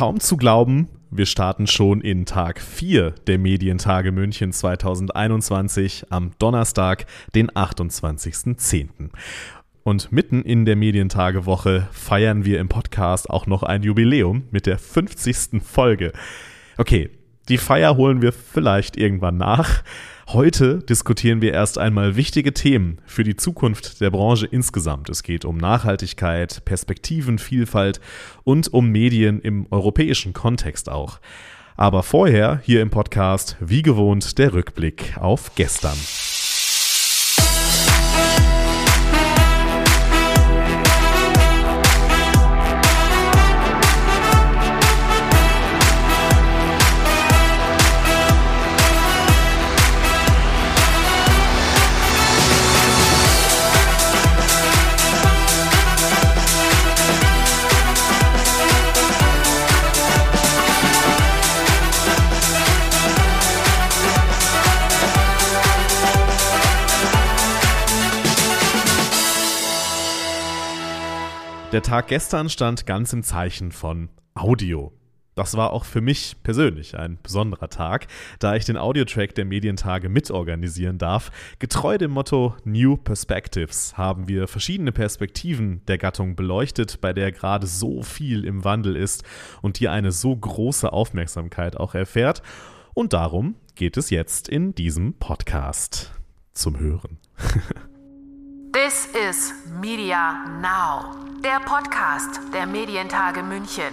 Kaum zu glauben, wir starten schon in Tag 4 der Medientage München 2021 am Donnerstag, den 28.10. Und mitten in der Medientagewoche feiern wir im Podcast auch noch ein Jubiläum mit der 50. Folge. Okay, die Feier holen wir vielleicht irgendwann nach. Heute diskutieren wir erst einmal wichtige Themen für die Zukunft der Branche insgesamt. Es geht um Nachhaltigkeit, Perspektivenvielfalt und um Medien im europäischen Kontext auch. Aber vorher hier im Podcast, wie gewohnt, der Rückblick auf gestern. Der Tag gestern stand ganz im Zeichen von Audio. Das war auch für mich persönlich ein besonderer Tag, da ich den Audiotrack der Medientage mitorganisieren darf. Getreu dem Motto New Perspectives haben wir verschiedene Perspektiven der Gattung beleuchtet, bei der gerade so viel im Wandel ist und die eine so große Aufmerksamkeit auch erfährt. Und darum geht es jetzt in diesem Podcast zum Hören. This is Media Now, der Podcast der Medientage München.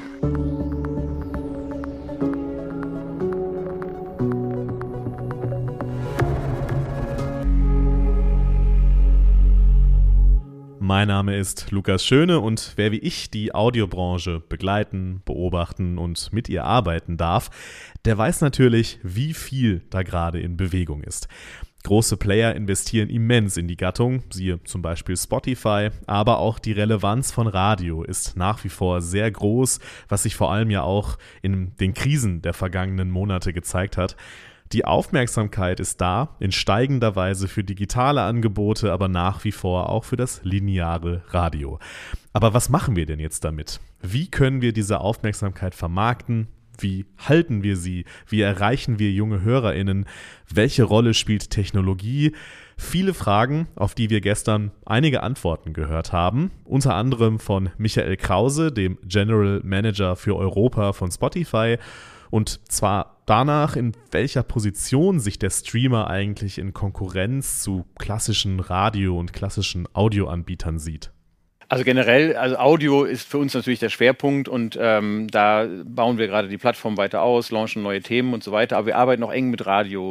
Mein Name ist Lukas Schöne und wer wie ich die Audiobranche begleiten, beobachten und mit ihr arbeiten darf, der weiß natürlich, wie viel da gerade in Bewegung ist. Große Player investieren immens in die Gattung, siehe zum Beispiel Spotify, aber auch die Relevanz von Radio ist nach wie vor sehr groß, was sich vor allem ja auch in den Krisen der vergangenen Monate gezeigt hat. Die Aufmerksamkeit ist da, in steigender Weise für digitale Angebote, aber nach wie vor auch für das lineare Radio. Aber was machen wir denn jetzt damit? Wie können wir diese Aufmerksamkeit vermarkten? Wie halten wir sie? Wie erreichen wir junge HörerInnen? Welche Rolle spielt Technologie? Viele Fragen, auf die wir gestern einige Antworten gehört haben. Unter anderem von Michael Krause, dem General Manager für Europa von Spotify. Und zwar danach, in welcher Position sich der Streamer eigentlich in Konkurrenz zu klassischen Radio- und klassischen Audioanbietern sieht. Also generell, Audio ist für uns natürlich der Schwerpunkt und da bauen wir gerade die Plattform weiter aus, launchen neue Themen und so weiter. Aber wir arbeiten auch eng mit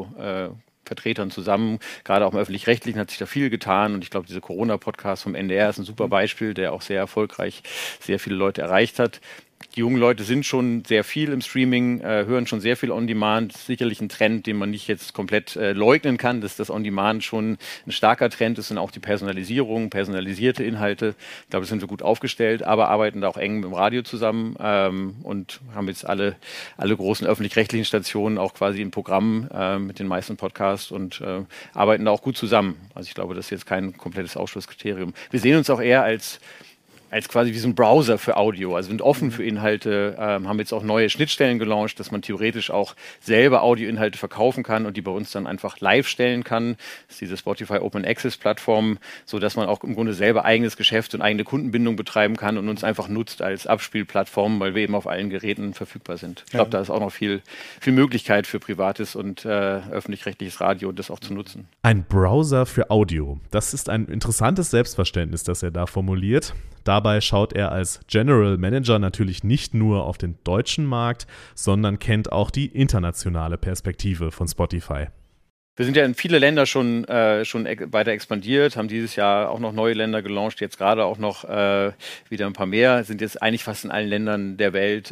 Vertretern zusammen. Gerade auch im Öffentlich-Rechtlichen hat sich da viel getan und ich glaube, dieser Corona-Podcast vom NDR ist ein super Beispiel, der auch sehr erfolgreich sehr viele Leute erreicht hat. Die jungen Leute sind schon sehr viel im Streaming, hören schon sehr viel On-Demand. Sicherlich ein Trend, den man nicht jetzt komplett leugnen kann, dass das On-Demand schon ein starker Trend ist und auch die Personalisierung, personalisierte Inhalte. Ich glaube, da sind wir gut aufgestellt, aber arbeiten da auch eng mit dem Radio zusammen und haben jetzt alle großen öffentlich-rechtlichen Stationen auch quasi im Programm mit den meisten Podcasts und arbeiten da auch gut zusammen. Also ich glaube, das ist jetzt kein komplettes Ausschlusskriterium. Wir sehen uns auch eher als quasi wie so ein Browser für Audio, also sind offen für Inhalte, haben jetzt auch neue Schnittstellen gelauncht, dass man theoretisch auch selber Audioinhalte verkaufen kann und die bei uns dann einfach live stellen kann. Das ist diese Spotify Open Access Plattform, so dass man auch im Grunde selber eigenes Geschäft und eigene Kundenbindung betreiben kann und uns einfach nutzt als Abspielplattform, weil wir eben auf allen Geräten verfügbar sind. Ich glaube, da ist auch noch viel Möglichkeit für privates und öffentlich-rechtliches Radio, das auch zu nutzen. Ein Browser für Audio, das ist ein interessantes Selbstverständnis, das er da formuliert. Dabei schaut er als General Manager natürlich nicht nur auf den deutschen Markt, sondern kennt auch die internationale Perspektive von Spotify. Wir sind ja in viele Länder schon weiter expandiert, haben dieses Jahr auch noch neue Länder gelauncht, jetzt gerade auch noch wieder ein paar mehr, sind jetzt eigentlich fast in allen Ländern der Welt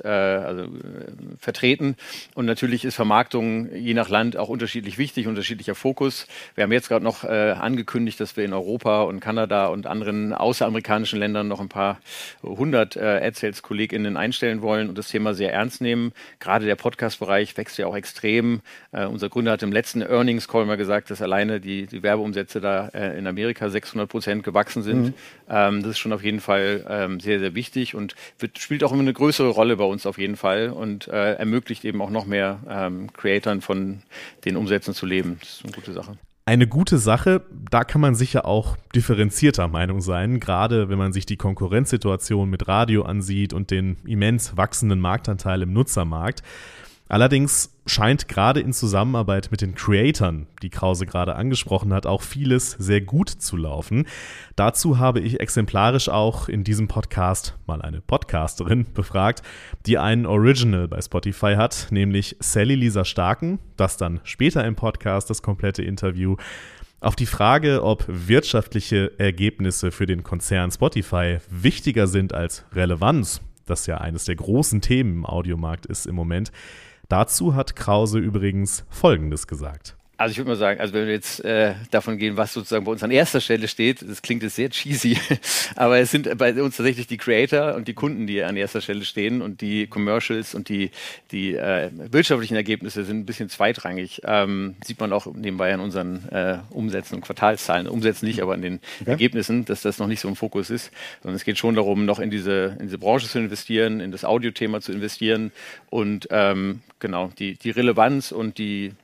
vertreten. Und natürlich ist Vermarktung je nach Land auch unterschiedlich wichtig, unterschiedlicher Fokus. Wir haben jetzt gerade noch angekündigt, dass wir in Europa und Kanada und anderen außeramerikanischen Ländern noch ein paar 100 AdSales-KollegInnen einstellen wollen und das Thema sehr ernst nehmen. Gerade der Podcast-Bereich wächst ja auch extrem. Unser Gründer hat im letzten Earnings Call mal gesagt, dass alleine die Werbeumsätze da in Amerika 600% gewachsen sind. Das ist schon auf jeden Fall sehr, sehr wichtig und spielt auch immer eine größere Rolle bei uns auf jeden Fall und ermöglicht eben auch noch mehr Creatoren von den Umsätzen zu leben. Das ist eine gute Sache. Eine gute Sache, da kann man sicher auch differenzierter Meinung sein, gerade wenn man sich die Konkurrenzsituation mit Radio ansieht und den immens wachsenden Marktanteil im Nutzermarkt. Allerdings scheint gerade in Zusammenarbeit mit den Creatoren, die Krause gerade angesprochen hat, auch vieles sehr gut zu laufen. Dazu habe ich exemplarisch auch in diesem Podcast mal eine Podcasterin befragt, die einen Original bei Spotify hat, nämlich Sally Lisa Starken, das dann später im Podcast das komplette Interview. Auf die Frage, ob wirtschaftliche Ergebnisse für den Konzern Spotify wichtiger sind als Relevanz, das ja eines der großen Themen im Audiomarkt ist im Moment, dazu hat Krause übrigens Folgendes gesagt. Also ich würde mal sagen, also wenn wir jetzt davon gehen, was sozusagen bei uns an erster Stelle steht, das klingt jetzt sehr cheesy, aber es sind bei uns tatsächlich die Creator und die Kunden, die an erster Stelle stehen und die Commercials und die wirtschaftlichen Ergebnisse sind ein bisschen zweitrangig. Sieht man auch nebenbei an unseren Umsätzen und Quartalszahlen. Umsätzen nicht, aber an den Ergebnissen, dass das noch nicht so im Fokus ist. Sondern es geht schon darum, noch in diese Branche zu investieren, in das Audiothema zu investieren und genau, die Relevanz und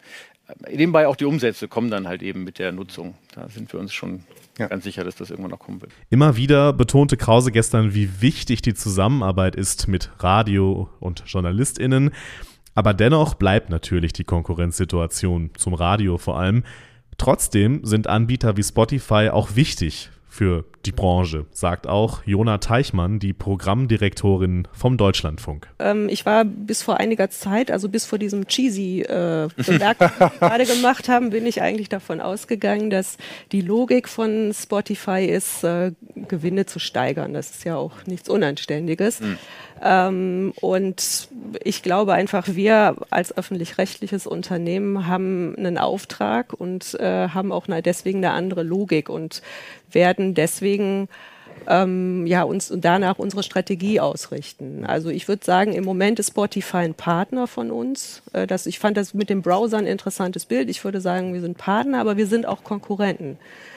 nebenbei auch die Umsätze kommen dann halt eben mit der Nutzung. Da sind wir uns schon ganz sicher, dass das irgendwann noch kommen wird. Immer wieder betonte Krause gestern, wie wichtig die Zusammenarbeit ist mit Radio- und JournalistInnen. Aber dennoch bleibt natürlich die Konkurrenzsituation zum Radio vor allem. Trotzdem sind Anbieter wie Spotify auch wichtig für die Branche, sagt auch Jona Teichmann, die Programmdirektorin vom Deutschlandfunk. Ich war bis vor einiger Zeit, also bis vor diesem cheesy Bemerk, den wir gerade gemacht haben, bin ich eigentlich davon ausgegangen, dass die Logik von Spotify ist, Gewinne zu steigern. Das ist ja auch nichts Unanständiges. Und ich glaube einfach, wir als öffentlich-rechtliches Unternehmen haben einen Auftrag und haben auch deswegen eine andere Logik und werden deswegen uns danach unsere Strategie ausrichten. Also ich würde sagen, im Moment ist Spotify ein Partner von uns. Ich fand das mit dem Browser ein interessantes Bild. Ich würde sagen, wir sind Partner, aber wir sind auch Konkurrenten.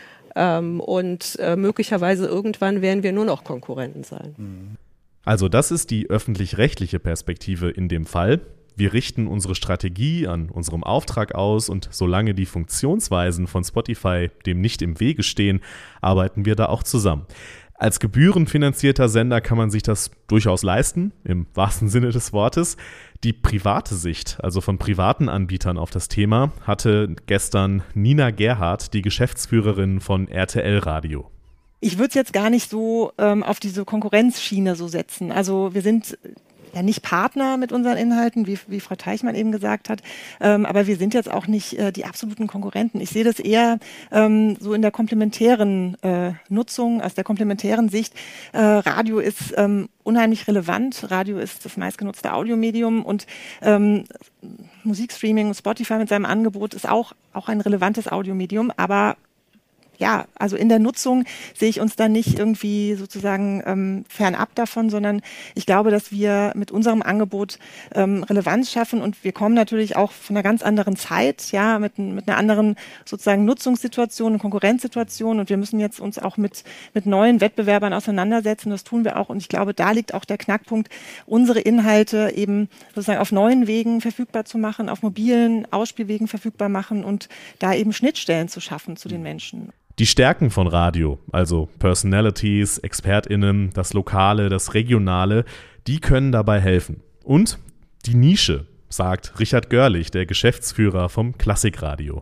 Und möglicherweise irgendwann werden wir nur noch Konkurrenten sein. Also das ist die öffentlich-rechtliche Perspektive in dem Fall. Wir richten unsere Strategie an unserem Auftrag aus und solange die Funktionsweisen von Spotify dem nicht im Wege stehen, arbeiten wir da auch zusammen. Als gebührenfinanzierter Sender kann man sich das durchaus leisten, im wahrsten Sinne des Wortes. Die private Sicht, also von privaten Anbietern auf das Thema, hatte gestern Nina Gerhardt, die Geschäftsführerin von RTL Radio. Ich würde es jetzt gar nicht so auf diese Konkurrenzschiene so setzen. Also wir sind ja nicht Partner mit unseren Inhalten, wie Frau Teichmann eben gesagt hat, aber wir sind jetzt auch nicht die absoluten Konkurrenten. Ich sehe das eher so in der komplementären Nutzung, aus der komplementären Sicht. Radio ist unheimlich relevant. Radio ist das meistgenutzte Audiomedium und Musikstreaming, Spotify mit seinem Angebot ist auch ein relevantes Audiomedium, aber ja, also in der Nutzung sehe ich uns da nicht irgendwie sozusagen fernab davon, sondern ich glaube, dass wir mit unserem Angebot Relevanz schaffen und wir kommen natürlich auch von einer ganz anderen Zeit, ja, mit einer anderen sozusagen Nutzungssituation und Konkurrenzsituation und wir müssen jetzt uns auch mit neuen Wettbewerbern auseinandersetzen, das tun wir auch und ich glaube, da liegt auch der Knackpunkt, unsere Inhalte eben sozusagen auf neuen Wegen verfügbar zu machen, auf mobilen Ausspielwegen verfügbar machen und da eben Schnittstellen zu schaffen zu den Menschen. Die Stärken von Radio, also Personalities, ExpertInnen, das Lokale, das Regionale, die können dabei helfen. Und die Nische, sagt Richard Görlich, der Geschäftsführer vom Klassikradio.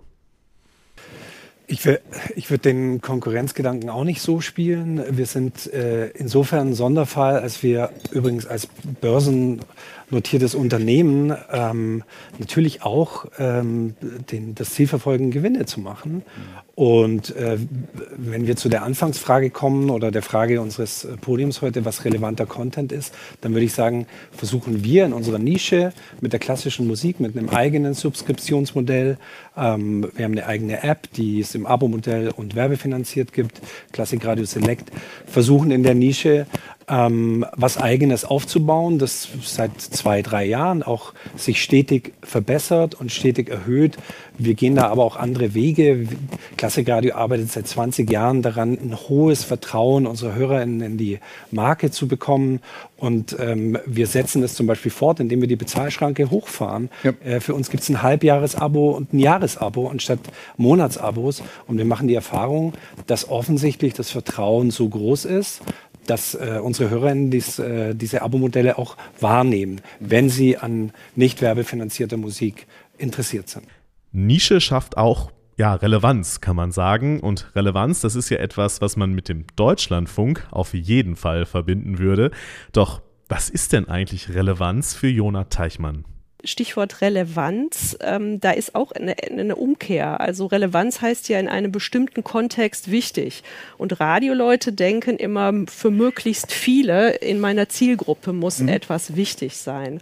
Ich würde den Konkurrenzgedanken auch nicht so spielen. Wir sind insofern ein Sonderfall, als wir übrigens als börsennotiertes Unternehmen natürlich auch das Ziel verfolgen, Gewinne zu machen. Und wenn wir zu der Anfangsfrage kommen oder der Frage unseres Podiums heute, was relevanter Content ist, dann würde ich sagen, versuchen wir in unserer Nische mit der klassischen Musik, mit einem eigenen Subskriptionsmodell, wir haben eine eigene App, die es im Abo-Modell und werbefinanziert gibt, Klassik Radio Select, versuchen in der Nische was Eigenes aufzubauen, das seit 2-3 Jahren auch sich stetig verbessert und stetig erhöht. Wir gehen da aber auch andere Wege. Klassikradio arbeitet seit 20 Jahren daran, ein hohes Vertrauen unserer Hörer in die Marke zu bekommen. Und wir setzen das zum Beispiel fort, indem wir die Bezahlschranke hochfahren. Ja. Für uns gibt es ein Halbjahresabo und ein Jahresabo anstatt Monatsabos. Und wir machen die Erfahrung, dass offensichtlich das Vertrauen so groß ist, dass unsere Hörerinnen diese Abo-Modelle auch wahrnehmen, wenn sie an nicht werbefinanzierter Musik interessiert sind. Nische schafft auch Relevanz, kann man sagen. Und Relevanz, das ist ja etwas, was man mit dem Deutschlandfunk auf jeden Fall verbinden würde. Doch was ist denn eigentlich Relevanz für Jonah Teichmann? Stichwort Relevanz, da ist auch eine Umkehr. Also Relevanz heißt ja in einem bestimmten Kontext wichtig. Und Radioleute denken immer, für möglichst viele in meiner Zielgruppe muss etwas wichtig sein.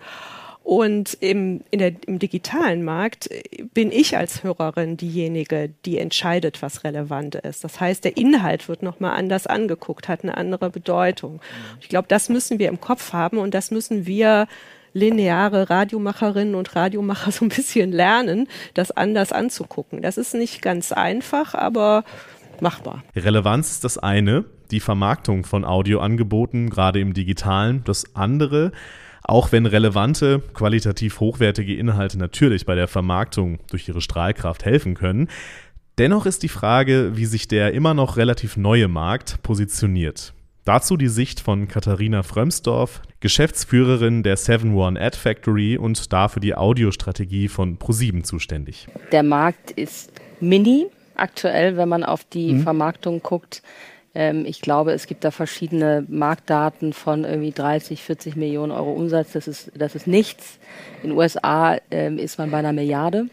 Und im digitalen Markt bin ich als Hörerin diejenige, die entscheidet, was relevant ist. Das heißt, der Inhalt wird nochmal anders angeguckt, hat eine andere Bedeutung. Ich glaube, das müssen wir im Kopf haben und das müssen wir lineare Radiomacherinnen und Radiomacher so ein bisschen lernen, das anders anzugucken. Das ist nicht ganz einfach, aber machbar. Relevanz ist das eine, die Vermarktung von Audioangeboten, gerade im Digitalen, das andere. Auch wenn relevante, qualitativ hochwertige Inhalte natürlich bei der Vermarktung durch ihre Strahlkraft helfen können, dennoch ist die Frage, wie sich der immer noch relativ neue Markt positioniert. Dazu die Sicht von Katharina Frömsdorf, Geschäftsführerin der 7-One Ad Factory und dafür die Audiostrategie von ProSieben zuständig. Der Markt ist mini aktuell, wenn man auf die Vermarktung guckt. Ich glaube, es gibt da verschiedene Marktdaten von irgendwie 30, 40 Millionen Euro Umsatz. Das ist nichts. In den USA ist man bei 1 Milliarde.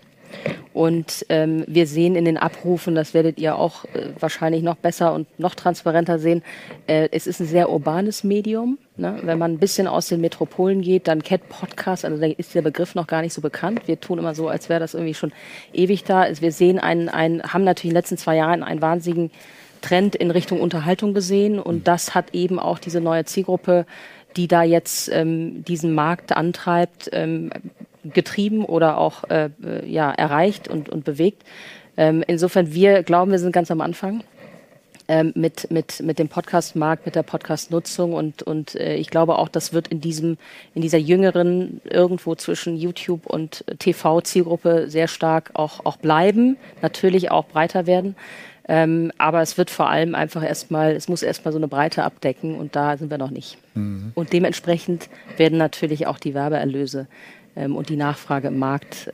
Und wir sehen in den Abrufen, das werdet ihr auch wahrscheinlich noch besser und noch transparenter sehen, es ist ein sehr urbanes Medium. Ne? Wenn man ein bisschen aus den Metropolen geht, dann kennt Podcast, also da ist der Begriff noch gar nicht so bekannt. Wir tun immer so, als wäre das irgendwie schon ewig da. Wir sehen haben natürlich in den letzten 2 Jahren einen wahnsinnigen Trend in Richtung Unterhaltung gesehen. Und das hat eben auch diese neue Zielgruppe, die da jetzt diesen Markt antreibt, getrieben oder auch erreicht und bewegt. Insofern, wir glauben, wir sind ganz am Anfang mit dem Podcast-Markt, mit der Podcast-Nutzung und ich glaube auch, das wird in dieser jüngeren, irgendwo zwischen YouTube und TV-Zielgruppe sehr stark auch bleiben, natürlich auch breiter werden. Aber es wird vor allem einfach es muss erstmal so eine Breite abdecken und da sind wir noch nicht. Und dementsprechend werden natürlich auch die Werbeerlöse und die Nachfrage im Markt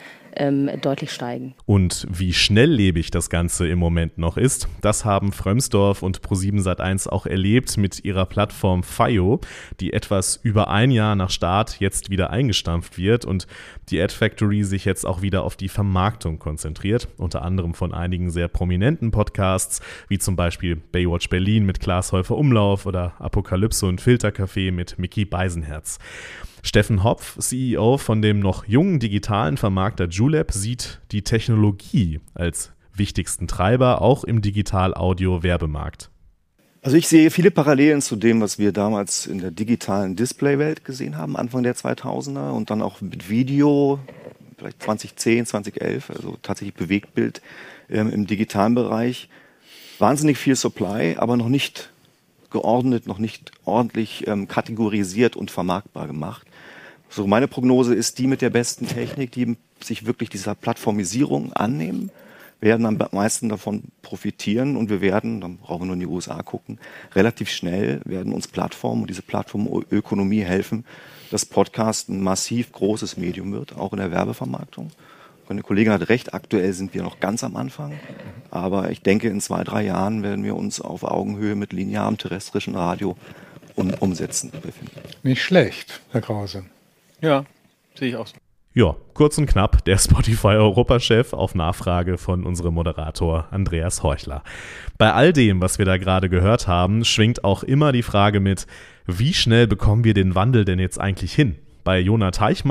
deutlich steigen. Und wie schnelllebig das Ganze im Moment noch ist, das haben Frömsdorf und ProSieben Sat.1 auch erlebt mit ihrer Plattform FIO, die etwas über 1 Jahr nach Start jetzt wieder eingestampft wird und die Ad Factory sich jetzt auch wieder auf die Vermarktung konzentriert, unter anderem von einigen sehr prominenten Podcasts, wie zum Beispiel Baywatch Berlin mit Klaas Häufer Umlauf oder Apokalypse und Filtercafé mit Micky Beisenherz. Steffen Hopf, CEO von dem noch jungen digitalen Vermarkter Julep, sieht die Technologie als wichtigsten Treiber auch im Digital-Audio-Werbemarkt. Also ich sehe viele Parallelen zu dem, was wir damals in der digitalen Displaywelt gesehen haben, Anfang der 2000er und dann auch mit Video, vielleicht 2010, 2011, also tatsächlich Bewegtbild im digitalen Bereich. Wahnsinnig viel Supply, aber noch nicht geordnet, noch nicht ordentlich kategorisiert und vermarktbar gemacht. So meine Prognose ist, die mit der besten Technik, die sich wirklich dieser Plattformisierung annehmen, werden am meisten davon profitieren und wir werden, dann brauchen wir nur in die USA gucken, relativ schnell werden uns Plattformen und diese Plattformökonomie helfen, dass Podcast ein massiv großes Medium wird, auch in der Werbevermarktung. Meine Kollegin hat recht, aktuell sind wir noch ganz am Anfang, aber ich denke, in 2-3 Jahren werden wir uns auf Augenhöhe mit linearem terrestrischen Radio umsetzen befinden. Nicht schlecht, Herr Krause. Ja, sehe ich auch so. Ja, kurz und knapp, der Spotify-Europachef auf Nachfrage von unserem Moderator Andreas Horchler. Bei all dem, was wir da gerade gehört haben, schwingt auch immer die Frage mit, wie schnell bekommen wir den Wandel denn jetzt eigentlich hin? Bei Jonah Teichmann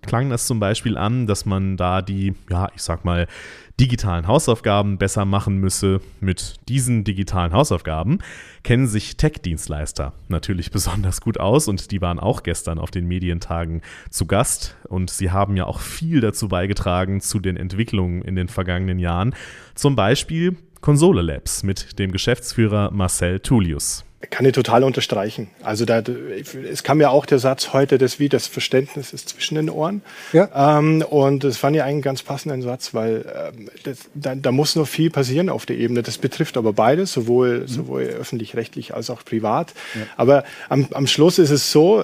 klang das zum Beispiel an, dass man da die, digitalen Hausaufgaben besser machen müsse. Mit diesen digitalen Hausaufgaben kennen sich Tech-Dienstleister natürlich besonders gut aus und die waren auch gestern auf den Medientagen zu Gast und sie haben ja auch viel dazu beigetragen zu den Entwicklungen in den vergangenen Jahren. Zum Beispiel Console Labs mit dem Geschäftsführer Marcel Tullius. Kann ich total unterstreichen. Also es kam ja auch der Satz heute, das Verständnis ist zwischen den Ohren. Ja. Und das fand ich einen ganz passenden Satz, weil da muss noch viel passieren auf der Ebene. Das betrifft aber beides, sowohl öffentlich-rechtlich als auch privat. Ja. Aber am Schluss ist es so,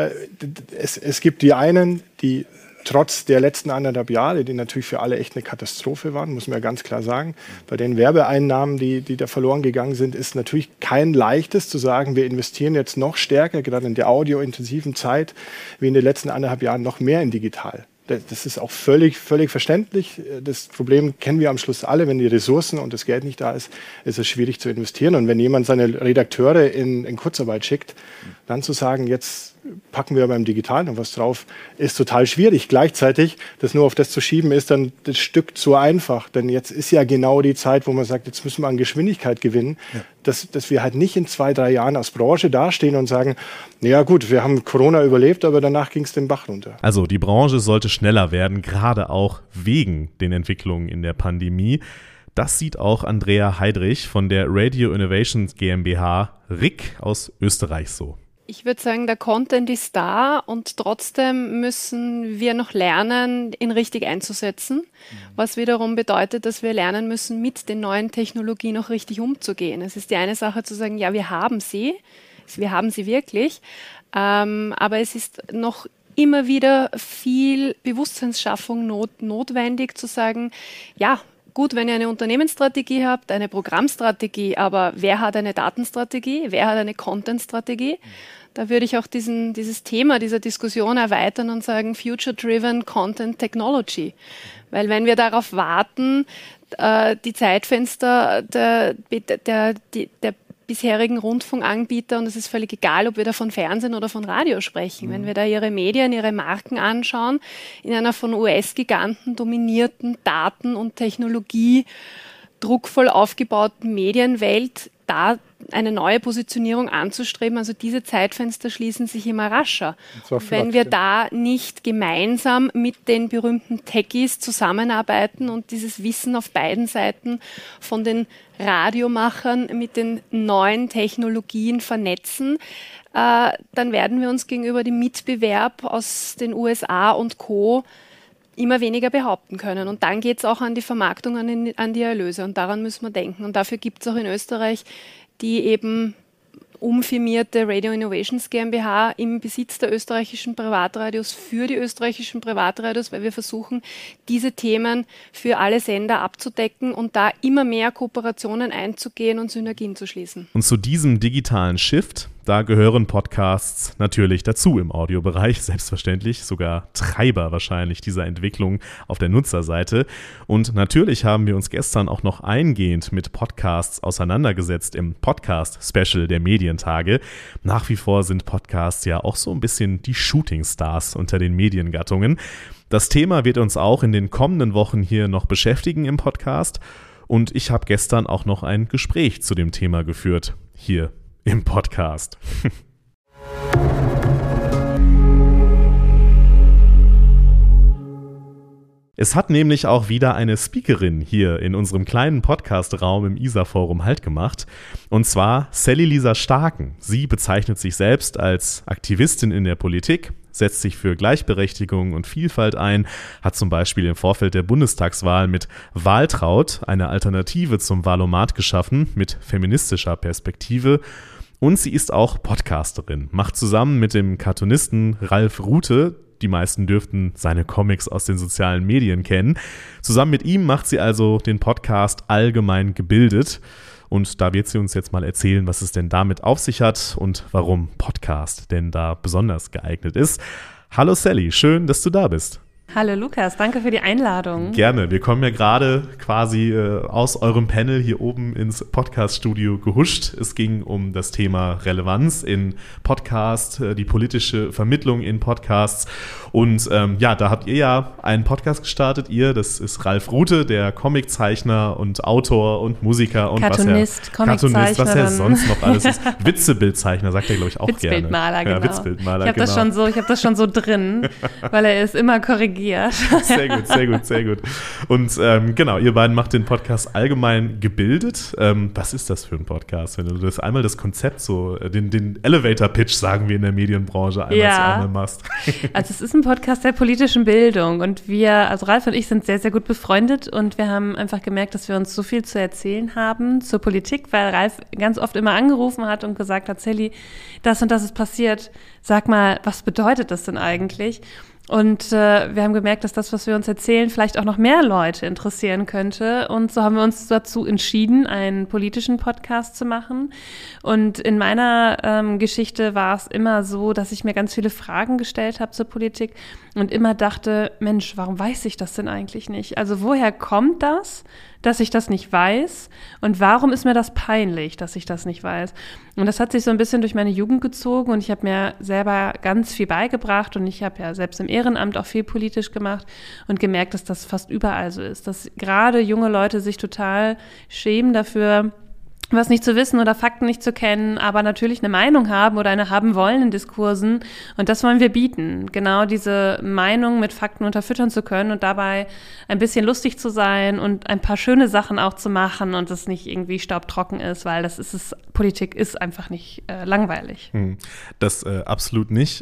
es gibt die einen, die trotz der letzten 1,5 Jahre, die natürlich für alle echt eine Katastrophe waren, muss man ja ganz klar sagen. Bei den Werbeeinnahmen, die da verloren gegangen sind, ist natürlich kein leichtes zu sagen, wir investieren jetzt noch stärker, gerade in der audiointensiven Zeit, wie in den letzten 1,5 Jahren noch mehr in digital. Das ist auch völlig verständlich. Das Problem kennen wir am Schluss alle. Wenn die Ressourcen und das Geld nicht da ist, ist es schwierig zu investieren. Und wenn jemand seine Redakteure in Kurzarbeit schickt, dann zu sagen, jetzt packen wir beim Digitalen noch was drauf, ist total schwierig. Gleichzeitig, das nur auf das zu schieben, ist dann das Stück zu einfach. Denn jetzt ist ja genau die Zeit, wo man sagt, jetzt müssen wir an Geschwindigkeit gewinnen, dass wir halt nicht in 2-3 Jahren als Branche dastehen und sagen, naja gut, wir haben Corona überlebt, aber danach ging es den Bach runter. Also die Branche sollte schneller werden, gerade auch wegen den Entwicklungen in der Pandemie. Das sieht auch Andrea Heidrich von der Radio Innovations GmbH RIC aus Österreich so. Ich würde sagen, der Content ist da und trotzdem müssen wir noch lernen, ihn richtig einzusetzen, was wiederum bedeutet, dass wir lernen müssen, mit den neuen Technologien auch richtig umzugehen. Es ist die eine Sache zu sagen, ja, wir haben sie wirklich, aber es ist noch immer wieder viel Bewusstseinsschaffung notwendig zu sagen, ja, gut, wenn ihr eine Unternehmensstrategie habt, eine Programmstrategie, aber wer hat eine Datenstrategie, wer hat eine Contentstrategie? Da würde ich auch dieses Thema dieser Diskussion erweitern und sagen Future-Driven Content Technology. Weil wenn wir darauf warten, die Zeitfenster der bisherigen Rundfunkanbieter, und es ist völlig egal, ob wir da von Fernsehen oder von Radio sprechen, wenn wir da ihre Medien, ihre Marken anschauen, in einer von US-Giganten dominierten Daten- und Technologie druckvoll aufgebauten Medienwelt, da eine neue Positionierung anzustreben. Also diese Zeitfenster schließen sich immer rascher. Wenn wir da nicht gemeinsam mit den berühmten Techies zusammenarbeiten und dieses Wissen auf beiden Seiten von den Radiomachern mit den neuen Technologien vernetzen, dann werden wir uns gegenüber dem Mitbewerb aus den USA und Co. immer weniger behaupten können. Und dann geht es auch an die Vermarktung, an die Erlöse. Und daran müssen wir denken. Und dafür gibt es auch in Österreich die eben umfirmierte Radio Innovations GmbH im Besitz der österreichischen Privatradios für die österreichischen Privatradios, weil wir versuchen, diese Themen für alle Sender abzudecken und da immer mehr Kooperationen einzugehen und Synergien zu schließen. Und zu diesem digitalen Shift, da gehören Podcasts natürlich dazu im Audiobereich, selbstverständlich, sogar Treiber wahrscheinlich dieser Entwicklung auf der Nutzerseite. Und natürlich haben wir uns gestern auch noch eingehend mit Podcasts auseinandergesetzt im Podcast-Special der Medientage. Nach wie vor sind Podcasts ja auch so ein bisschen die Shootingstars unter den Mediengattungen. Das Thema wird uns auch in den kommenden Wochen hier noch beschäftigen im Podcast. Und ich habe gestern auch noch ein Gespräch zu dem Thema geführt, hier im Podcast. Es hat nämlich auch wieder eine Speakerin hier in unserem kleinen Podcast-Raum im ISA-Forum Halt gemacht. Und zwar Sally Lisa Starken. Sie bezeichnet sich selbst als Aktivistin in der Politik, setzt sich für Gleichberechtigung und Vielfalt ein, hat zum Beispiel im Vorfeld der Bundestagswahl mit Wahltraut eine Alternative zum Wahlomat geschaffen mit feministischer Perspektive. Und sie ist auch Podcasterin, macht zusammen mit dem Cartoonisten Ralf Rute, die meisten dürften seine Comics aus den sozialen Medien kennen, zusammen mit ihm macht sie also den Podcast Allgemein gebildet. Und da wird sie uns jetzt mal erzählen, was es denn damit auf sich hat und warum Podcast denn da besonders geeignet ist. Hallo Sally, schön, dass du da bist. Hallo Lukas, danke für die Einladung. Gerne. Wir kommen ja gerade quasi aus eurem Panel hier oben ins Podcast-Studio gehuscht. Es ging um das Thema Relevanz in Podcasts, die politische Vermittlung in Podcasts. Und da habt ihr ja einen Podcast gestartet. Das ist Ralf Rute, der Comiczeichner und Autor und Musiker und Cartoonist, was er sonst noch alles ist. Witzebildzeichner, sagt er, glaube ich, auch gerne. Witzbildmaler, genau. Ja, Witzbildmaler, ich habe das schon so drin, weil er ist immer korrigiert. Sehr gut. Und ihr beiden macht den Podcast Allgemein gebildet. Was ist das für ein Podcast? Wenn du einmal das Konzept so, den Elevator-Pitch, sagen wir in der Medienbranche, einmal machst. Also es ist ein Podcast der politischen Bildung und also Ralf und ich sind sehr, sehr gut befreundet und wir haben einfach gemerkt, dass wir uns so viel zu erzählen haben zur Politik, weil Ralf ganz oft immer angerufen hat und gesagt hat, Sally, das und das ist passiert. Sag mal, was bedeutet das denn eigentlich? Und wir haben gemerkt, dass das, was wir uns erzählen, vielleicht auch noch mehr Leute interessieren könnte. Und so haben wir uns dazu entschieden, einen politischen Podcast zu machen. Und in meiner Geschichte war es immer so, dass ich mir ganz viele Fragen gestellt habe zur Politik und immer dachte, Mensch, warum weiß ich das denn eigentlich nicht? Also woher kommt das, dass ich das nicht weiß? Und warum ist mir das peinlich, dass ich das nicht weiß? Und das hat sich so ein bisschen durch meine Jugend gezogen und ich habe mir selber ganz viel beigebracht und ich habe ja selbst im Ehrenamt auch viel politisch gemacht und gemerkt, dass das fast überall so ist, dass gerade junge Leute sich total schämen dafür, was nicht zu wissen oder Fakten nicht zu kennen, aber natürlich eine Meinung haben oder eine haben wollen in Diskursen. Und das wollen wir bieten, genau diese Meinung mit Fakten unterfüttern zu können und dabei ein bisschen lustig zu sein und ein paar schöne Sachen auch zu machen und es nicht irgendwie staubtrocken ist, weil Politik ist einfach nicht langweilig. Das absolut nicht.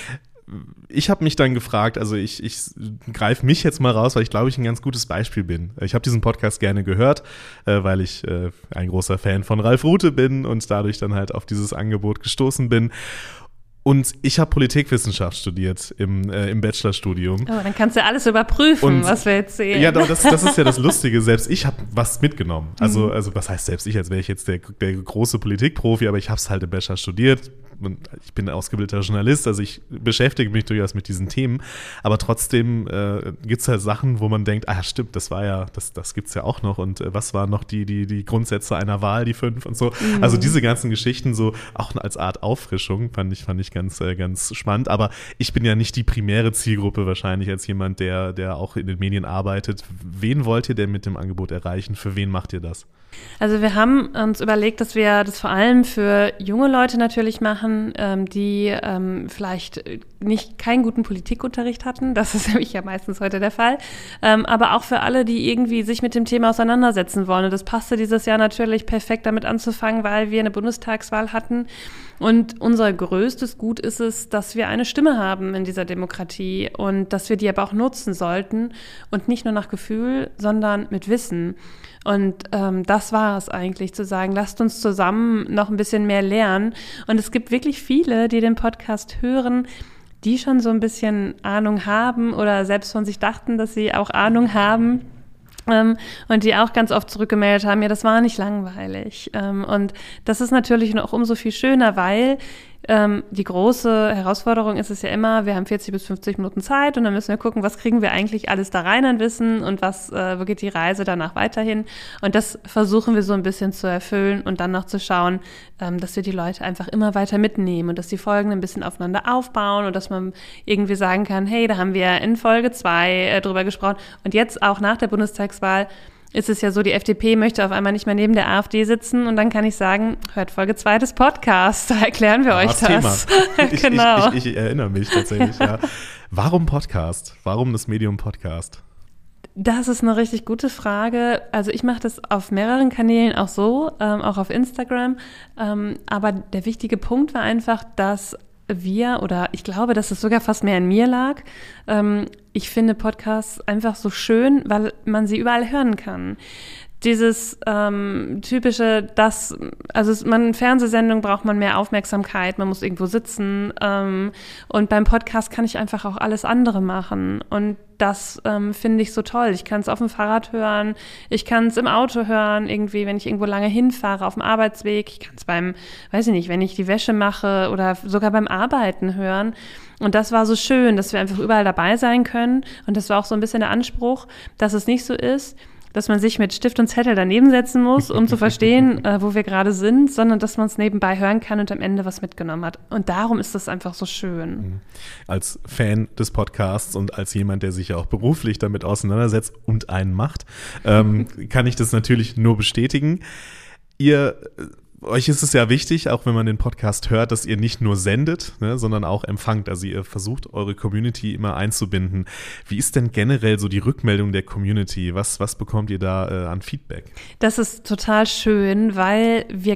Ich habe mich dann gefragt, also ich greife mich jetzt mal raus, weil ich glaube, ich ein ganz gutes Beispiel bin. Ich habe diesen Podcast gerne gehört, weil ich ein großer Fan von Ralf Rute bin und dadurch dann halt auf dieses Angebot gestoßen bin. Und ich habe Politikwissenschaft studiert im Bachelorstudium. Oh, dann kannst du alles überprüfen, was wir jetzt sehen. Ja, das ist ja das Lustige. Selbst ich habe was mitgenommen. Also was heißt selbst ich, als wäre ich jetzt der große Politikprofi, aber ich habe es halt im Bachelor studiert. Und ich bin ausgebildeter Journalist, also ich beschäftige mich durchaus mit diesen Themen, aber trotzdem gibt es halt Sachen, wo man denkt, stimmt, das gibt's ja auch noch und was waren noch die Grundsätze einer Wahl, die 5 und so. Also diese ganzen Geschichten so auch als Art Auffrischung fand ich ganz spannend, aber ich bin ja nicht die primäre Zielgruppe wahrscheinlich als jemand, der auch in den Medien arbeitet. Wen wollt ihr denn mit dem Angebot erreichen? Für wen macht ihr das? Also wir haben uns überlegt, dass wir das vor allem für junge Leute natürlich machen, die vielleicht keinen guten Politikunterricht hatten. Das ist nämlich ja meistens heute der Fall. Aber auch für alle, die irgendwie sich mit dem Thema auseinandersetzen wollen. Und das passte dieses Jahr natürlich perfekt damit anzufangen, weil wir eine Bundestagswahl hatten. Und unser größtes Gut ist es, dass wir eine Stimme haben in dieser Demokratie und dass wir die aber auch nutzen sollten und nicht nur nach Gefühl, sondern mit Wissen. Und das war es eigentlich, zu sagen, lasst uns zusammen noch ein bisschen mehr lernen. Und es gibt wirklich viele, die den Podcast hören, die schon so ein bisschen Ahnung haben oder selbst von sich dachten, dass sie auch Ahnung haben. Und die auch ganz oft zurückgemeldet haben, ja, das war nicht langweilig. Und das ist natürlich noch umso viel schöner, weil die große Herausforderung ist es ja immer, wir haben 40 bis 50 Minuten Zeit und dann müssen wir gucken, was kriegen wir eigentlich alles da rein an Wissen und wo geht die Reise danach weiterhin. Und das versuchen wir so ein bisschen zu erfüllen und dann noch zu schauen, dass wir die Leute einfach immer weiter mitnehmen und dass die Folgen ein bisschen aufeinander aufbauen und dass man irgendwie sagen kann, hey, da haben wir in Folge 2 drüber gesprochen und jetzt auch nach der Bundestagswahl ist es ja so, die FDP möchte auf einmal nicht mehr neben der AfD sitzen und dann kann ich sagen, hört Folge 2 des Podcasts, da erklären wir euch das. Genau. Ich erinnere mich tatsächlich, ja. Warum Podcast? Warum das Medium Podcast? Das ist eine richtig gute Frage. Also ich mache das auf mehreren Kanälen auch so, auch auf Instagram. Aber der wichtige Punkt war einfach, dass ich glaube, dass es sogar fast mehr an mir lag. Ich finde Podcasts einfach so schön, weil man sie überall hören kann. dieses typische, Fernsehsendung braucht man mehr Aufmerksamkeit, man muss irgendwo sitzen und beim Podcast kann ich einfach auch alles andere machen und das finde ich so toll. Ich kann es auf dem Fahrrad hören, ich kann es im Auto hören, irgendwie, wenn ich irgendwo lange hinfahre, auf dem Arbeitsweg, ich kann es wenn ich die Wäsche mache oder sogar beim Arbeiten hören. Und das war so schön, dass wir einfach überall dabei sein können und das war auch so ein bisschen der Anspruch, dass es nicht so ist, dass man sich mit Stift und Zettel daneben setzen muss, um zu verstehen, wo wir gerade sind, sondern dass man es nebenbei hören kann und am Ende was mitgenommen hat. Und darum ist das einfach so schön. Als Fan des Podcasts und als jemand, der sich ja auch beruflich damit auseinandersetzt und einen macht, kann ich das natürlich nur bestätigen. Euch ist es ja wichtig, auch wenn man den Podcast hört, dass ihr nicht nur sendet, ne, sondern auch empfangt. Also ihr versucht, eure Community immer einzubinden. Wie ist denn generell so die Rückmeldung der Community? Was bekommt ihr da an Feedback? Das ist total schön, weil wir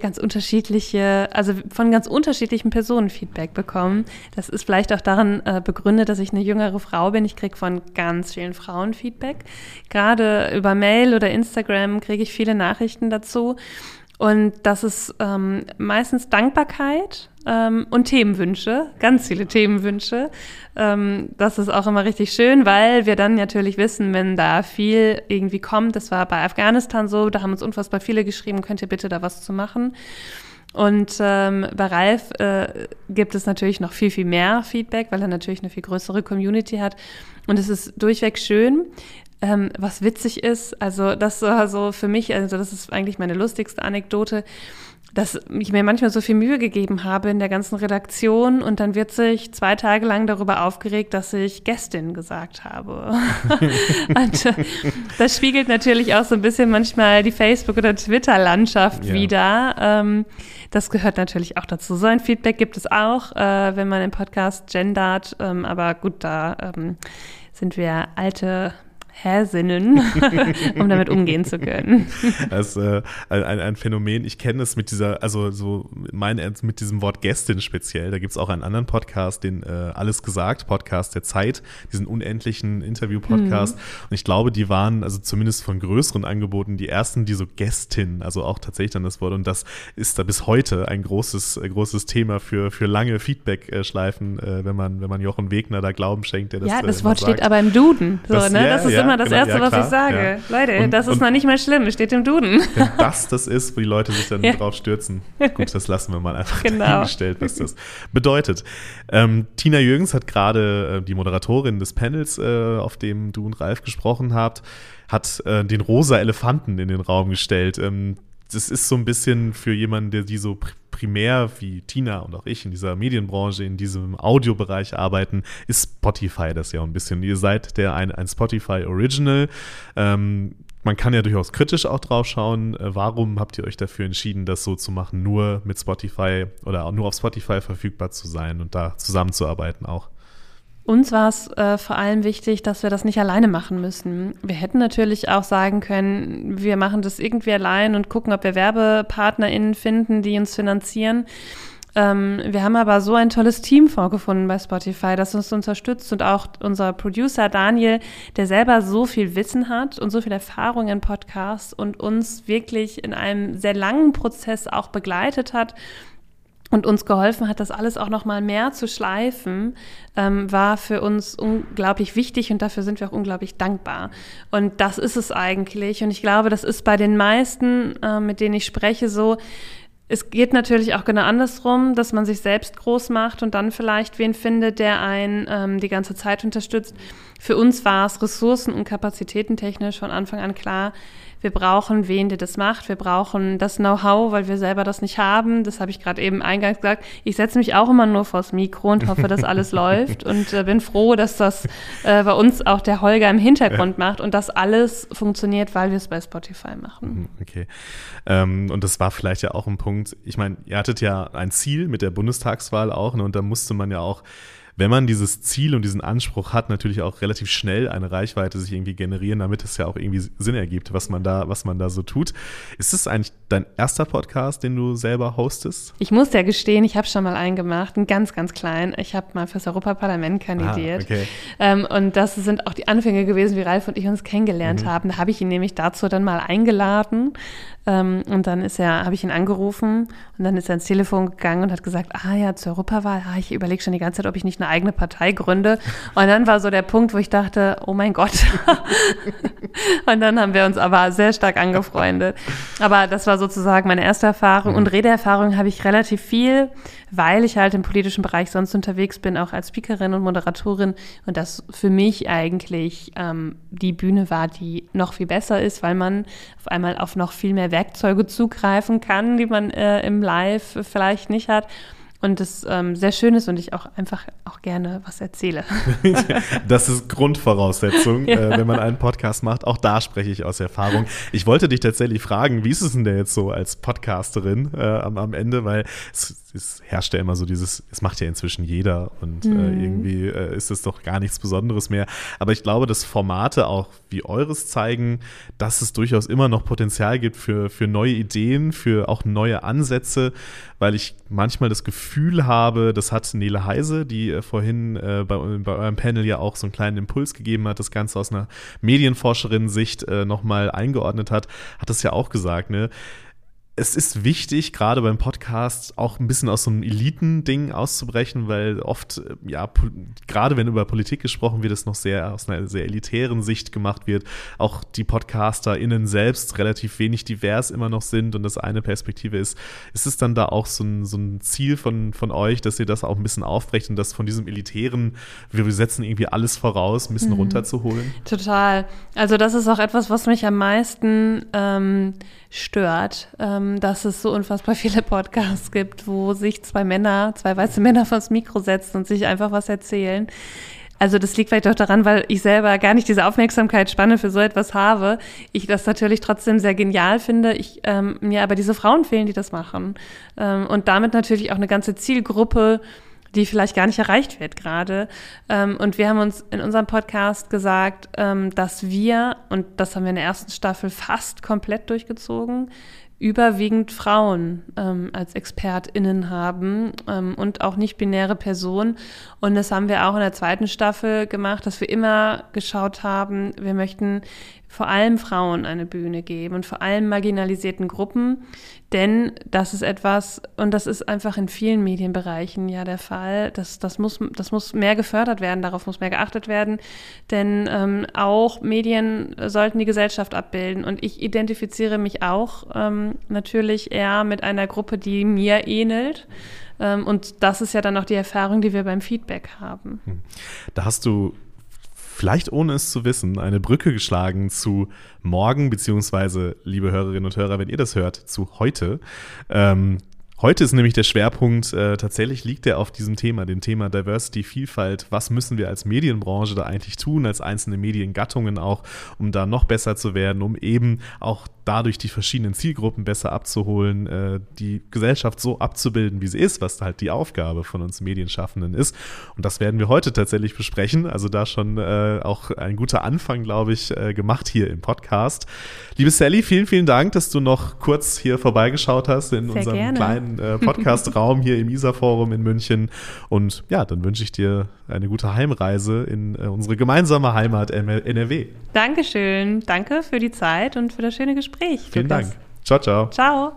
von ganz unterschiedlichen Personen Feedback bekommen. Das ist vielleicht auch daran begründet, dass ich eine jüngere Frau bin. Ich kriege von ganz vielen Frauen Feedback. Gerade über Mail oder Instagram kriege ich viele Nachrichten dazu. Und das ist meistens Dankbarkeit und Themenwünsche, ganz viele Themenwünsche. Das ist auch immer richtig schön, weil wir dann natürlich wissen, wenn da viel irgendwie kommt, das war bei Afghanistan so, da haben uns unfassbar viele geschrieben, könnt ihr bitte da was zu machen. Und bei Ralf gibt es natürlich noch viel, viel mehr Feedback, weil er natürlich eine viel größere Community hat. Und es ist durchweg schön. Was witzig ist, also das war so für mich, also das ist eigentlich meine lustigste Anekdote, dass ich mir manchmal so viel Mühe gegeben habe in der ganzen Redaktion und dann wird sich 2 Tage lang darüber aufgeregt, dass ich Gästin gesagt habe. Und das spiegelt natürlich auch so ein bisschen manchmal die Facebook- oder Twitter-Landschaft wider. Das gehört natürlich auch dazu. So ein Feedback gibt es auch, wenn man im Podcast gendert, aber gut, da sind wir alte Häsinnen, um damit umgehen zu können. Das ist ein Phänomen. Ich kenne es mit mit diesem Wort Gästin speziell. Da gibt es auch einen anderen Podcast, den Alles gesagt, Podcast der Zeit, diesen unendlichen Interview-Podcast. Und ich glaube, die waren, also zumindest von größeren Angeboten, die ersten, die so Gästin, also auch tatsächlich dann das Wort. Und das ist da bis heute ein großes Thema für lange Feedback-Schleifen, wenn man Jochen Wegner da Glauben schenkt, der das das Wort steht aber im Duden. So, das ist immer das Erste, was ich sage. Ja. Leute, das ist noch nicht mal schlimm, es steht im Duden. Wenn das ist, wo die Leute sich dann drauf stürzen. Gut, das lassen wir mal einfach dahingestellt, was das bedeutet. Tina Jürgens hat gerade, die Moderatorin des Panels, auf dem du und Ralf gesprochen habt, hat den rosa Elefanten in den Raum gestellt. Das ist so ein bisschen für jemanden, der die so primär wie Tina und auch ich in dieser Medienbranche, in diesem Audiobereich arbeiten, ist Spotify das ja ein bisschen. Ihr seid ein Spotify Original. Man kann ja durchaus kritisch auch drauf schauen. Warum habt ihr euch dafür entschieden, das so zu machen, nur mit Spotify oder nur auf Spotify verfügbar zu sein und da zusammenzuarbeiten auch? Uns war es vor allem wichtig, dass wir das nicht alleine machen müssen. Wir hätten natürlich auch sagen können, wir machen das irgendwie allein und gucken, ob wir WerbepartnerInnen finden, die uns finanzieren. Wir haben aber so ein tolles Team vorgefunden bei Spotify, das uns unterstützt und auch unser Producer Daniel, der selber so viel Wissen hat und so viel Erfahrung in Podcasts und uns wirklich in einem sehr langen Prozess auch begleitet hat und uns geholfen hat, das alles auch noch mal mehr zu schleifen, war für uns unglaublich wichtig und dafür sind wir auch unglaublich dankbar. Und das ist es eigentlich. Und ich glaube, das ist bei den meisten, mit denen ich spreche, so. Es geht natürlich auch genau andersrum, dass man sich selbst groß macht und dann vielleicht wen findet, der einen die ganze Zeit unterstützt. Für uns war es ressourcen- und kapazitätentechnisch von Anfang an klar, wir brauchen wen, der das macht. Wir brauchen das Know-how, weil wir selber das nicht haben. Das habe ich gerade eben eingangs gesagt. Ich setze mich auch immer nur vors Mikro und hoffe, dass alles läuft. Und bin froh, dass das bei uns auch der Holger im Hintergrund macht und das alles funktioniert, weil wir es bei Spotify machen. Okay. Und das war vielleicht ja auch ein Punkt. Ich meine, ihr hattet ja ein Ziel mit der Bundestagswahl auch, ne, und da musste man ja auch wenn man dieses Ziel und diesen Anspruch hat, natürlich auch relativ schnell eine Reichweite sich irgendwie generieren, damit es ja auch irgendwie Sinn ergibt, was man da so tut. Ist es eigentlich dein erster Podcast, den du selber hostest? Ich muss ja gestehen, ich habe schon mal einen gemacht, einen ganz, ganz kleinen. Ich habe mal fürs Europaparlament kandidiert. Okay. Und das sind auch die Anfänge gewesen, wie Ralf und ich uns kennengelernt haben. Da habe ich ihn nämlich dazu dann mal eingeladen. Und dann habe ich ihn angerufen und dann ist er ins Telefon gegangen und hat gesagt, zur Europawahl, ich überlege schon die ganze Zeit, ob ich nicht eine eigene Partei gründe. Und dann war so der Punkt, wo ich dachte, oh mein Gott. Und dann haben wir uns aber sehr stark angefreundet. Aber das war sozusagen meine erste Erfahrung. Und Redeerfahrung habe ich relativ viel, weil ich halt im politischen Bereich sonst unterwegs bin, auch als Speakerin und Moderatorin. Und das für mich eigentlich die Bühne war, die noch viel besser ist, weil man auf einmal auf noch viel mehr Werkzeuge zugreifen kann, die man im Live vielleicht nicht hat. Und das sehr schön ist und ich auch einfach auch gerne was erzähle. Das ist Grundvoraussetzung, wenn man einen Podcast macht. Auch da spreche ich aus Erfahrung. Ich wollte dich tatsächlich fragen, wie ist es denn jetzt so als Podcasterin am Ende? Weil es herrscht ja immer so es macht ja inzwischen jeder und irgendwie ist es doch gar nichts Besonderes mehr. Aber ich glaube, dass Formate auch wie eures zeigen, dass es durchaus immer noch Potenzial gibt für neue Ideen, für auch neue Ansätze, weil ich manchmal das Gefühl habe, das hat Nele Heise, die vorhin bei eurem Panel ja auch so einen kleinen Impuls gegeben hat, das Ganze aus einer Medienforscherin-Sicht nochmal eingeordnet hat das ja auch gesagt, ne? Es ist wichtig, gerade beim Podcast auch ein bisschen aus so einem Elitending auszubrechen, weil oft, gerade wenn über Politik gesprochen wird, es noch sehr aus einer sehr elitären Sicht gemacht wird. Auch die PodcasterInnen selbst relativ wenig divers immer noch sind und das eine Perspektive ist es dann da auch so ein Ziel von euch, dass ihr das auch ein bisschen aufbrecht und das von diesem elitären, wir setzen irgendwie alles voraus, ein bisschen runterzuholen? Total. Also das ist auch etwas, was mich am meisten stört, dass es so unfassbar viele Podcasts gibt, wo sich zwei weiße Männer vors Mikro setzen und sich einfach was erzählen. Also das liegt vielleicht auch daran, weil ich selber gar nicht diese Aufmerksamkeitsspanne für so etwas habe. Ich das natürlich trotzdem sehr genial finde. Mir aber diese Frauen fehlen, die das machen. Und damit natürlich auch eine ganze Zielgruppe, die vielleicht gar nicht erreicht wird gerade. Und wir haben uns in unserem Podcast gesagt, dass wir, und das haben wir in der ersten Staffel fast komplett durchgezogen, überwiegend Frauen als ExpertInnen haben und auch nicht-binäre Personen. Und das haben wir auch in der zweiten Staffel gemacht, dass wir immer geschaut haben, wir möchten vor allem Frauen eine Bühne geben und vor allem marginalisierten Gruppen, denn das ist etwas, und das ist einfach in vielen Medienbereichen ja der Fall, das muss mehr gefördert werden, darauf muss mehr geachtet werden, denn auch Medien sollten die Gesellschaft abbilden und ich identifiziere mich auch natürlich eher mit einer Gruppe, die mir ähnelt. Und das ist ja dann auch die Erfahrung, die wir beim Feedback haben. Da hast du vielleicht ohne es zu wissen, eine Brücke geschlagen zu morgen, beziehungsweise, liebe Hörerinnen und Hörer, wenn ihr das hört, zu heute. Heute ist nämlich der Schwerpunkt, tatsächlich liegt der auf diesem Thema, dem Thema Diversity, Vielfalt. Was müssen wir als Medienbranche da eigentlich tun, als einzelne Mediengattungen auch, um da noch besser zu werden, um eben auch dadurch die verschiedenen Zielgruppen besser abzuholen, die Gesellschaft so abzubilden, wie sie ist, was halt die Aufgabe von uns Medienschaffenden ist. Und das werden wir heute tatsächlich besprechen. Also da schon auch ein guter Anfang, glaube ich, gemacht hier im Podcast. Liebe Sally, vielen, vielen Dank, dass du noch kurz hier vorbeigeschaut hast in unserem kleinen Podcast-Raum hier im ISA-Forum in München. Und ja, dann wünsche ich dir eine gute Heimreise in unsere gemeinsame Heimat NRW. Dankeschön. Danke für die Zeit und für das schöne Gespräch. Vielen Dank. Ciao, ciao. Ciao.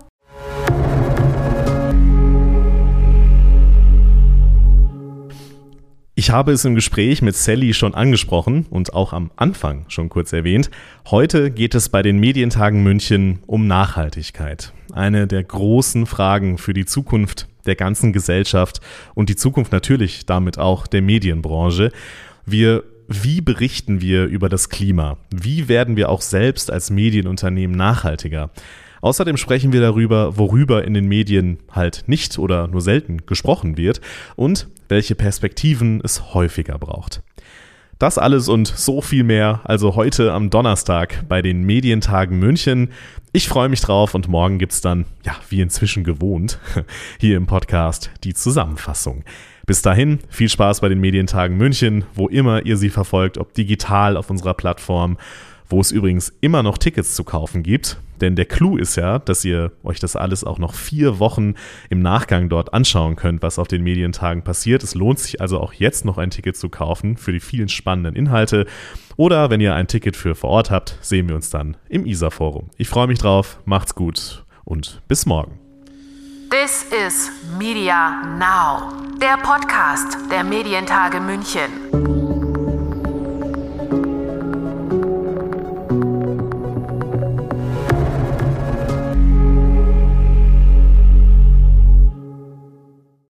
Ich habe es im Gespräch mit Sally schon angesprochen und auch am Anfang schon kurz erwähnt. Heute geht es bei den Medientagen München um Nachhaltigkeit. Eine der großen Fragen für die Zukunft der ganzen Gesellschaft und die Zukunft natürlich damit auch der Medienbranche. Wie berichten wir über das Klima? Wie werden wir auch selbst als Medienunternehmen nachhaltiger? Außerdem sprechen wir darüber, worüber in den Medien halt nicht oder nur selten gesprochen wird und welche Perspektiven es häufiger braucht. Das alles und so viel mehr, also heute am Donnerstag bei den Medientagen München. Ich freue mich drauf und morgen gibt's dann, ja, wie inzwischen gewohnt, hier im Podcast die Zusammenfassung. Bis dahin, viel Spaß bei den Medientagen München, wo immer ihr sie verfolgt, ob digital auf unserer Plattform, wo es übrigens immer noch Tickets zu kaufen gibt. Denn der Clou ist ja, dass ihr euch das alles auch noch 4 Wochen im Nachgang dort anschauen könnt, was auf den Medientagen passiert. Es lohnt sich also auch jetzt noch ein Ticket zu kaufen für die vielen spannenden Inhalte. Oder wenn ihr ein Ticket für vor Ort habt, sehen wir uns dann im ISA-Forum. Ich freue mich drauf, macht's gut und bis morgen. This is Media Now, der Podcast der Medientage München.